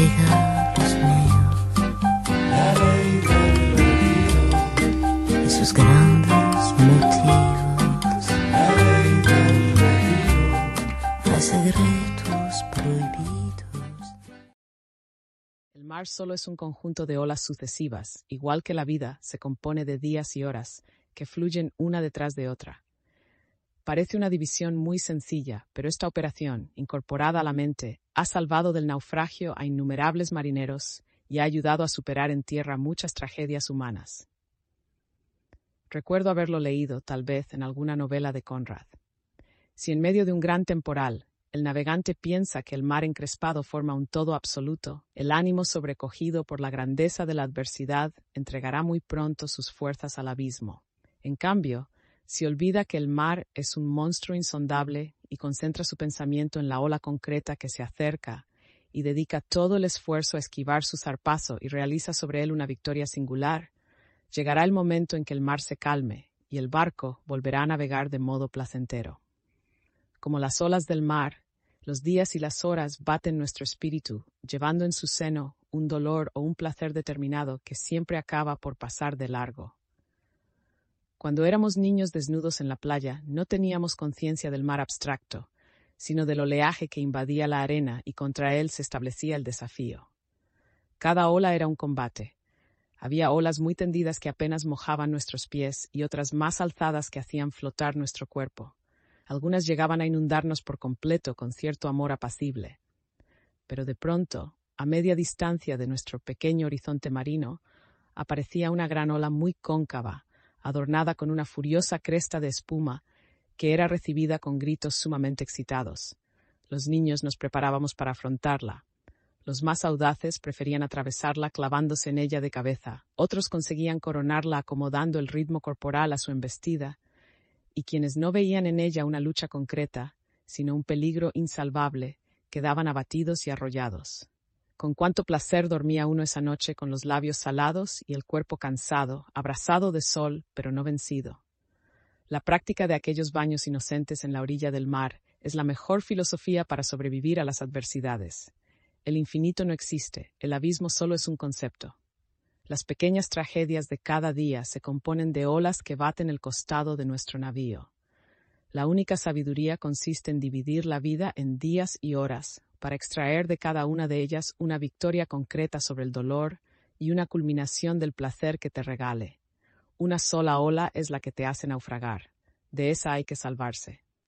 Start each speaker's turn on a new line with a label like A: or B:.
A: vida, los míos,
B: la ley del retiro,
A: y sus grandes motivos.
B: la ley del retiro.
A: Hay secretos prohibidos.
C: El mar solo es un conjunto de olas sucesivas, igual que la vida se compone de días y horas que fluyen una detrás de otra. Parece una división muy sencilla, pero esta operación, incorporada a la mente, ha salvado del naufragio a innumerables marineros y ha ayudado a superar en tierra muchas tragedias humanas. Recuerdo haberlo leído, tal vez, en alguna novela de Conrad. Si en medio de un gran temporal, el navegante piensa que el mar encrespado forma un todo absoluto, el ánimo sobrecogido por la grandeza de la adversidad entregará muy pronto sus fuerzas al abismo. En cambio, si olvida que el mar es un monstruo insondable y concentra su pensamiento en la ola concreta que se acerca y dedica todo el esfuerzo a esquivar su zarpazo y realiza sobre él una victoria singular, llegará el momento en que el mar se calme y el barco volverá a navegar de modo placentero. Como las olas del mar, los días y las horas baten nuestro espíritu, llevando en su seno un dolor o un placer determinado que siempre acaba por pasar de largo. Cuando éramos niños desnudos en la playa, no teníamos conciencia del mar abstracto, sino del oleaje que invadía la arena y contra él se establecía el desafío. Cada ola era un combate. Había olas muy tendidas que apenas mojaban nuestros pies y otras más alzadas que hacían flotar nuestro cuerpo. Algunas llegaban a inundarnos por completo con cierto amor apacible. Pero de pronto, a media distancia de nuestro pequeño horizonte marino, aparecía una gran ola muy cóncava, adornada con una furiosa cresta de espuma, que era recibida con gritos sumamente excitados. Los niños nos preparábamos para afrontarla. Los más audaces preferían atravesarla clavándose en ella de cabeza, otros conseguían coronarla acomodando el ritmo corporal a su embestida, y quienes no veían en ella una lucha concreta, sino un peligro insalvable, quedaban abatidos y arrollados. Con cuánto placer dormía uno esa noche con los labios salados y el cuerpo cansado, abrasado de sol, pero no vencido. La práctica de aquellos baños inocentes en la orilla del mar es la mejor filosofía para sobrevivir a las adversidades. El infinito no existe, el abismo solo es un concepto. Las pequeñas tragedias de cada día se componen de olas que baten el costado de nuestro navío. La única sabiduría consiste en dividir la vida en días y horas, para extraer de cada una de ellas una victoria concreta sobre el dolor y una culminación del placer que te regale. Una sola ola es la que te hace naufragar. De esa hay que salvarse.